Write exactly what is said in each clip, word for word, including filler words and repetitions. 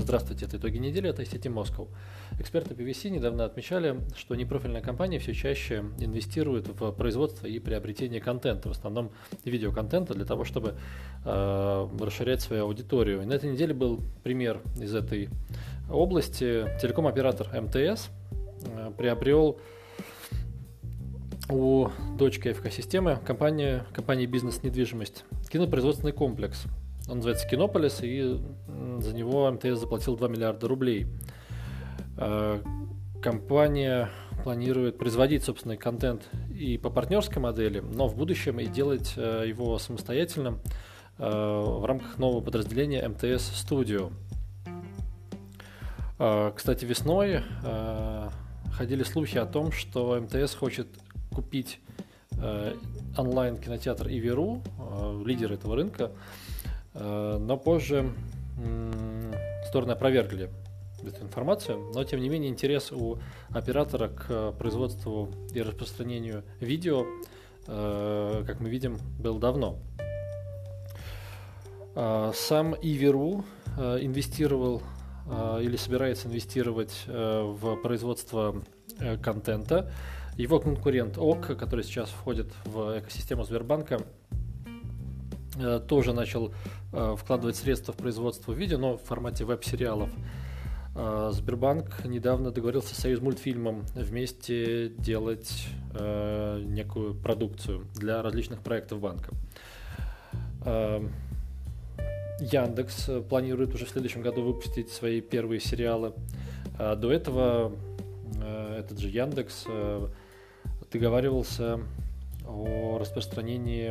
Здравствуйте, это итоги недели от ай си ти Moscow. Эксперты пи ви си недавно отмечали, что непрофильные компании все чаще инвестируют в производство и приобретение контента, в основном видеоконтента, для того, чтобы э, расширять свою аудиторию. И на этой неделе был пример из этой области. Телеком-оператор эм тэ эс э, приобрел у дочки эф ка-системы компании, компании «Бизнес-недвижимость» кинопроизводственный комплекс. Он называется «Кинополис», и за него эм тэ эс заплатил два миллиарда рублей. Компания планирует производить собственный контент и по партнерской модели, но в будущем и делать его самостоятельным в рамках нового подразделения эм тэ эс Studio. Кстати, весной ходили слухи о том, что эм тэ эс хочет купить онлайн-кинотеатр Иви.ру, лидер этого рынка, но позже стороны опровергли эту информацию, но тем не менее интерес у оператора к производству и распространению видео, как мы видим, был давно. Сам Иви.ру инвестировал или собирается инвестировать в производство контента. Его конкурент ОК, который сейчас входит в экосистему Сбербанка, тоже начал вкладывать средства в производство видео, но в формате веб-сериалов. Сбербанк недавно договорился с Союзмультфильмом вместе делать некую продукцию для различных проектов банка. Яндекс планирует уже в следующем году выпустить свои первые сериалы. До этого этот же Яндекс договаривался о распространении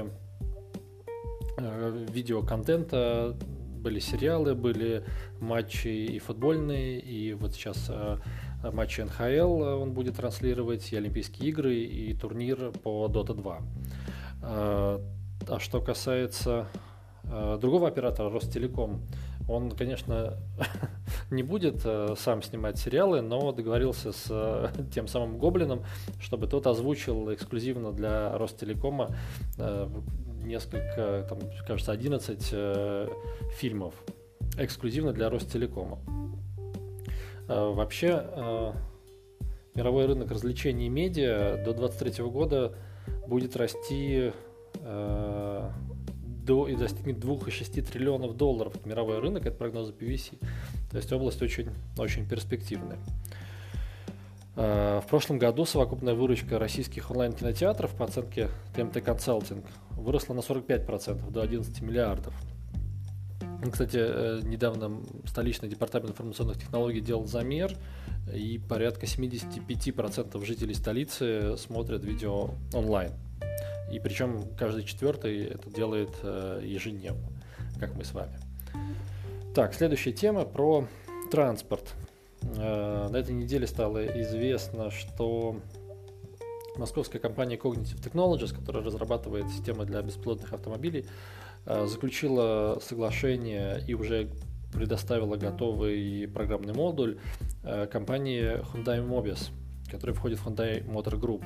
видеоконтента. Были сериалы, были матчи и футбольные, и вот сейчас матчи эн ха эл он будет транслировать, и Олимпийские игры, и турнир по Дота два. А что касается другого оператора, Ростелеком, он, конечно, не будет сам снимать сериалы, но договорился с тем самым Гоблином, чтобы тот озвучил эксклюзивно для Ростелекома несколько, там, кажется, одиннадцать э, фильмов эксклюзивно для Ростелекома. Э, вообще, э, мировой рынок развлечений и медиа до две тысячи двадцать третьего года будет расти э, до и достигнет два целых шесть десятых триллионов долларов. Это мировой рынок, это прогнозы пи ви си. То есть область очень, очень перспективная. В прошлом году совокупная выручка российских онлайн-кинотеатров по оценке тэ эм тэ Consulting выросла на сорок пять процентов, до одиннадцати миллиардов. Кстати, недавно столичный департамент информационных технологий делал замер, и порядка семьдесят пять процентов жителей столицы смотрят видео онлайн. И причем каждый четвертый это делает ежедневно, как мы с вами. Так, следующая тема про транспорт. На этой неделе стало известно, что московская компания Cognitive Technologies, которая разрабатывает системы для беспилотных автомобилей, заключила соглашение и уже предоставила готовый программный модуль компании Hyundai Mobis, которая входит в Hyundai Motor Group.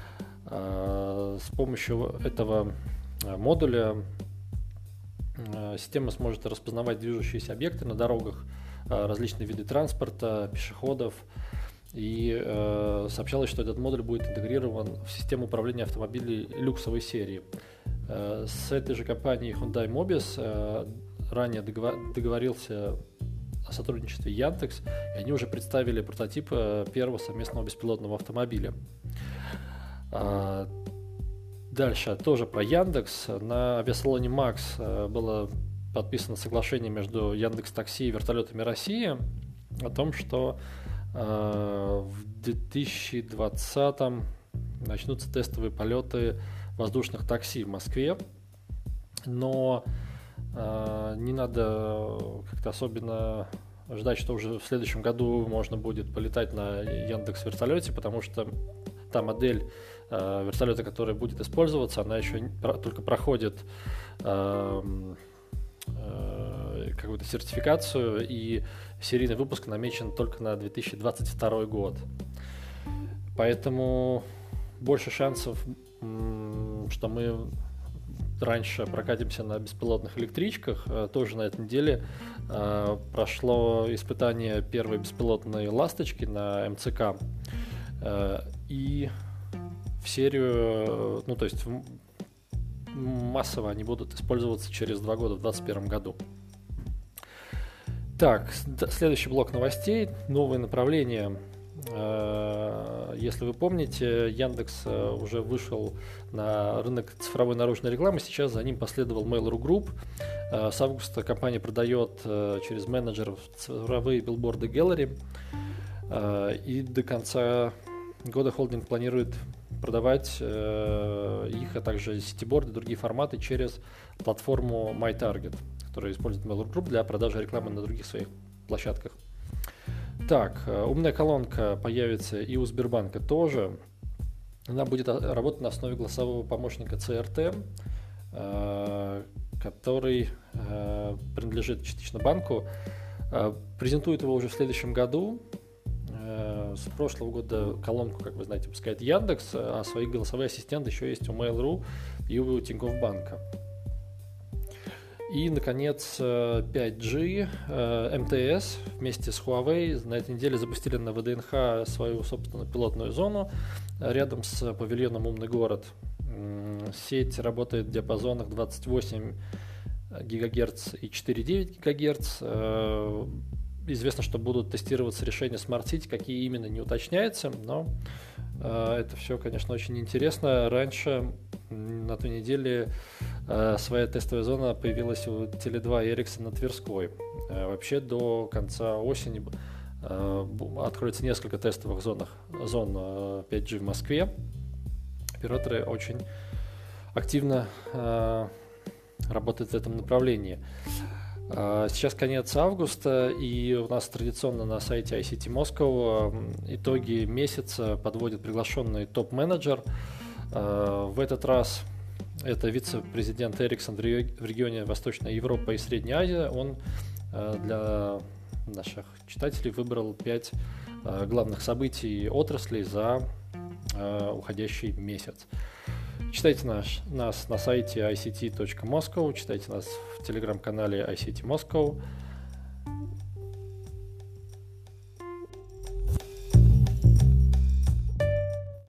С помощью этого модуля система сможет распознавать движущиеся объекты на дорогах, различные виды транспорта, пешеходов, и э, сообщалось, что этот модуль будет интегрирован в систему управления автомобилей люксовой серии. Э, с этой же компанией Hyundai Mobis э, ранее договор- договорился о сотрудничестве Яндекс, и они уже представили прототип э, первого совместного беспилотного автомобиля. Э, дальше тоже про Яндекс. На авиасалоне МАКС э, было подписано соглашение между Яндекс.Такси и вертолетами России о том, что э, в две тысячи двадцатом начнутся тестовые полеты воздушных такси в Москве, но э, не надо как-то особенно ждать, что уже в следующем году можно будет полетать на Яндекс.Вертолете, потому что та модель э, вертолета, которая будет использоваться, она еще про- только проходит э, какую-то сертификацию, и серийный выпуск намечен только на две тысячи двадцать второй год. Поэтому больше шансов, что мы раньше прокатимся на беспилотных электричках. Тоже на этой неделе прошло испытание первой беспилотной ласточки на эм цэ ка. И в серию, ну то есть массово они будут использоваться через два года, в две тысячи двадцать первом году. Так, следующий блок новостей. Новые направления. Если вы помните, Яндекс уже вышел на рынок цифровой наружной рекламы, сейчас за ним последовал Mail.ru Group. С августа компания продает через менеджеров цифровые билборды Gallery, и до конца года холдинг планирует продавать их, а также сетиборды и другие форматы через платформу MyTarget, которая использует Mail.ru Group для продажи рекламы на других своих площадках. Так, умная колонка появится и у Сбербанка тоже. Она будет работать на основе голосового помощника си эр ти, который принадлежит частично банку. Презентует его уже в следующем году. С прошлого года колонку, как вы знаете, выпускает Яндекс, а свои голосовые ассистенты еще есть у Mail.ru и у Тинькофф банка. И, наконец, пять джи, эм тэ эс вместе с Huawei на этой неделе запустили на вэ дэ эн ха свою собственную пилотную зону рядом с павильоном «Умный город». Сеть работает в диапазонах двадцать восемь гигагерц и четыре целых девять десятых гигагерц. Известно, что будут тестироваться решения Smart City, какие именно не уточняется, но это все, конечно, очень интересно. Раньше на той неделе своя тестовая зона появилась у Теле два и Ericsson на Тверской. Вообще до конца осени откроется несколько тестовых зонах, зон пять джи в Москве. Операторы очень активно работают в этом направлении. Сейчас конец августа, и у нас традиционно на сайте ай си ти Moscow итоги месяца подводит приглашенный топ-менеджер. В этот раз это вице-президент Ericsson в регионе Восточная Европа и Средняя Азия. Он для наших читателей выбрал пять главных событий отраслей за уходящий месяц. Читайте наш, нас на сайте ай си ти точка Moscow, читайте нас в телеграм-канале ай си ти Moscow.